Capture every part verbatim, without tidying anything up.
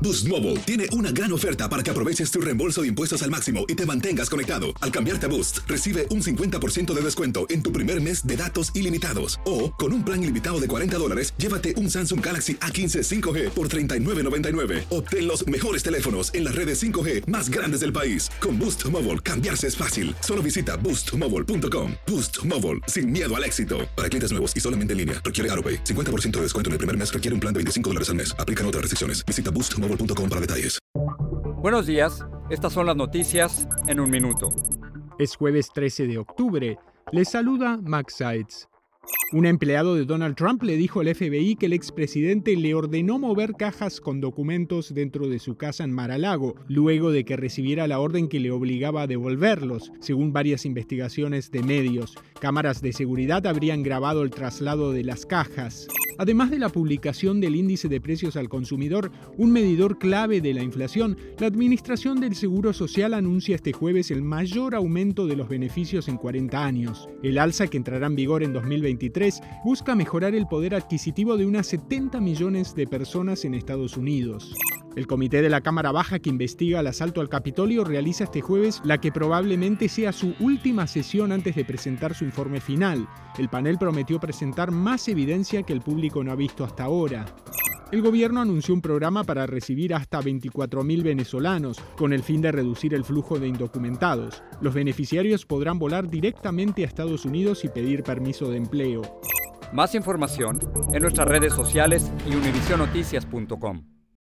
Boost Mobile tiene una gran oferta para que aproveches tu reembolso de impuestos al máximo y te mantengas conectado. Al cambiarte a Boost, recibe un cincuenta por ciento de descuento en tu primer mes de datos ilimitados. O, con un plan ilimitado de cuarenta dólares, llévate un Samsung Galaxy A quince cinco G por treinta y nueve noventa y nueve. Obtén los mejores teléfonos en las redes cinco G más grandes del país. Con Boost Mobile, cambiarse es fácil. Solo visita boost mobile punto com. Boost Mobile, sin miedo al éxito. Para clientes nuevos y solamente en línea, requiere AutoPay. cincuenta por ciento de descuento en el primer mes requiere un plan de veinticinco dólares al mes. Aplican otras restricciones. Visita boost mobile punto com para detalles. Buenos días, estas son las noticias en un minuto. Es jueves trece de octubre. Les saluda Max Sides. Un empleado de Donald Trump le dijo al F B I que el expresidente le ordenó mover cajas con documentos dentro de su casa en Mar-a-Lago, luego de que recibiera la orden que le obligaba a devolverlos, según varias investigaciones de medios. Cámaras de seguridad habrían grabado el traslado de las cajas. Además de la publicación del índice de precios al consumidor, un medidor clave de la inflación, la Administración del Seguro Social anuncia este jueves el mayor aumento de los beneficios en cuarenta años. El alza, que entrará en vigor en dos mil veintitrés, busca mejorar el poder adquisitivo de unas setenta millones de personas en Estados Unidos. El comité de la Cámara Baja que investiga el asalto al Capitolio realiza este jueves la que probablemente sea su última sesión antes de presentar su informe final. El panel prometió presentar más evidencia que el público no ha visto hasta ahora. El gobierno anunció un programa para recibir hasta veinticuatro mil venezolanos, con el fin de reducir el flujo de indocumentados. Los beneficiarios podrán volar directamente a Estados Unidos y pedir permiso de empleo. Más información en nuestras redes sociales y univision noticias punto com.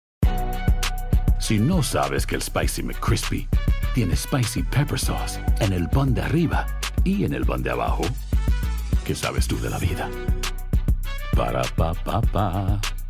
Si no sabes que el Spicy McCrispy tiene Spicy Pepper Sauce en el pan de arriba y en el pan de abajo, ¿qué sabes tú de la vida? Para, pa, pa, pa.